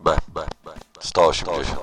B 180.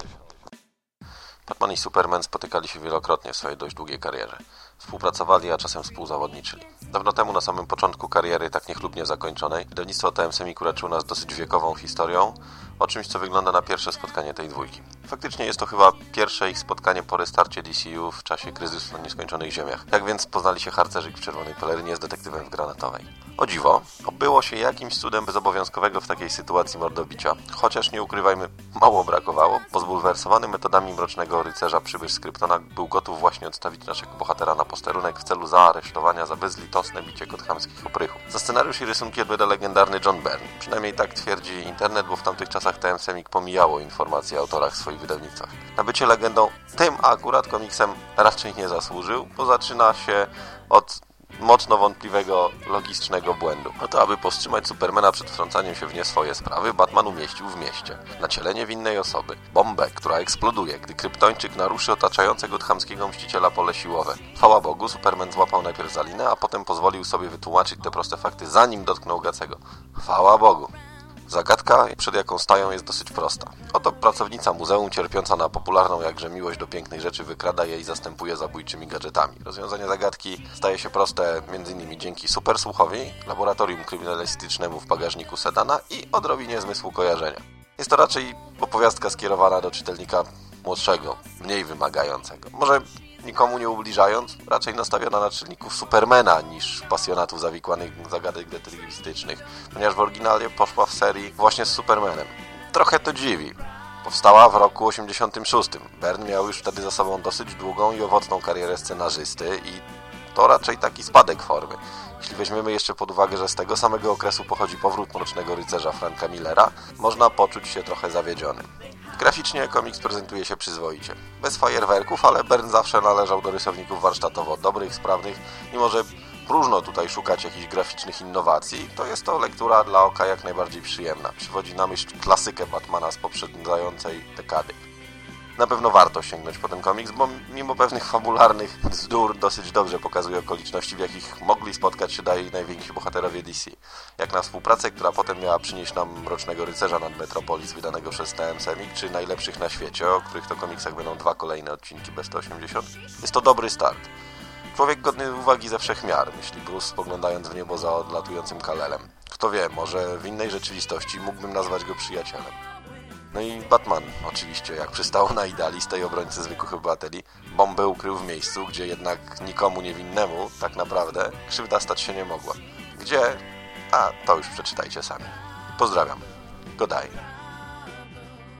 Batman i Superman spotykali się wielokrotnie w swojej dość długiej karierze. Współpracowali, a czasem współzawodniczyli. Dawno temu, na samym początku kariery tak niechlubnie zakończonej, wydawnictwo TM Semik uraczyło nas dosyć wiekową historią o czymś, co wygląda na pierwsze spotkanie tej dwójki. Faktycznie jest to chyba pierwsze ich spotkanie po restarcie DCU w czasie kryzysu na nieskończonych ziemiach. Jak więc poznali się harcerzyk w czerwonej pelerynie z detektywem w granatowej. O dziwo, obyło się jakimś cudem bez obowiązkowego w takiej sytuacji mordobicia. Chociaż nie ukrywajmy, mało brakowało, bo zbulwersowany metodami Mrocznego Rycerza przybysz z Kryptona był gotów właśnie odstawić naszego bohatera na posterunek w celu zaaresztowania za bezlitosne bicie gothamskich oprychów. Za scenariusz i rysunki odpowiada legendarny John Byrne. Przynajmniej tak twierdzi internet, bo w tamtych czasach TM Semik pomijało informacje o autorach w swoich wydawnictwach. Na bycie legendą tym akurat komiksem raczej nie zasłużył, bo zaczyna się od mocno wątpliwego, logicznego błędu. Oto, aby powstrzymać Supermana przed wtrącaniem się w nie swoje sprawy, Batman umieścił w mieście naciele niewinnej osoby, bombę, która eksploduje, gdy kryptończyk naruszy otaczające gothamskiego mściciela pole siłowe. Chwała Bogu, Superman złapał najpierw za linę, a potem pozwolił sobie wytłumaczyć te proste fakty, zanim dotknął Gacego. Chwała Bogu. Zagadka, przed jaką stają, jest dosyć prosta. Oto pracownica muzeum, cierpiąca na popularną jakże miłość do pięknej rzeczy, wykrada je i zastępuje zabójczymi gadżetami. Rozwiązanie zagadki staje się proste m.in. dzięki supersłuchowi, laboratorium kryminalistycznemu w bagażniku sedana i odrobinie zmysłu kojarzenia. Jest to raczej opowiastka skierowana do czytelnika młodszego, mniej wymagającego. Może nikomu nie ubliżając, raczej nastawiona na czytelników Supermana niż pasjonatów zawikłanych zagadek detektywistycznych, ponieważ w oryginale poszła w serii właśnie z Supermanem. Trochę to dziwi. Powstała w roku 86. Byrne miał już wtedy za sobą dosyć długą i owocną karierę scenarzysty i to raczej taki spadek formy. Jeśli weźmiemy jeszcze pod uwagę, że z tego samego okresu pochodzi powrót Mrocznego Rycerza Franka Millera, można poczuć się trochę zawiedzionym. Graficznie komiks prezentuje się przyzwoicie. Bez fajerwerków, ale Byrne zawsze należał do rysowników warsztatowo dobrych, sprawnych i może próżno tutaj szukać jakichś graficznych innowacji, to jest to lektura dla oka jak najbardziej przyjemna. Przywodzi na myśl klasykę Batmana z poprzedzającej dekady. Na pewno warto sięgnąć po ten komiks, bo mimo pewnych fabularnych bzdur dosyć dobrze pokazuje okoliczności, w jakich mogli spotkać się dalej najwięksi bohaterowie DC. Jak na współpracę, która potem miała przynieść nam Mrocznego Rycerza nad Metropolis, wydanego przez TM Semik, czy Najlepszych na świecie, o których to komiksach będą 2 kolejne odcinki B180. Jest to dobry start. Człowiek godny uwagi ze wszech miar, myśli Bruce, spoglądając w niebo za odlatującym Kal-Elem. Kto wie, może w innej rzeczywistości mógłbym nazwać go przyjacielem. No i Batman, oczywiście, jak przystało na idealistę i obrońcę zwykłych obywateli, bombę ukrył w miejscu, gdzie jednak nikomu niewinnemu, tak naprawdę, krzywda stać się nie mogła. Gdzie? A to już przeczytajcie sami. Pozdrawiam. Godaj.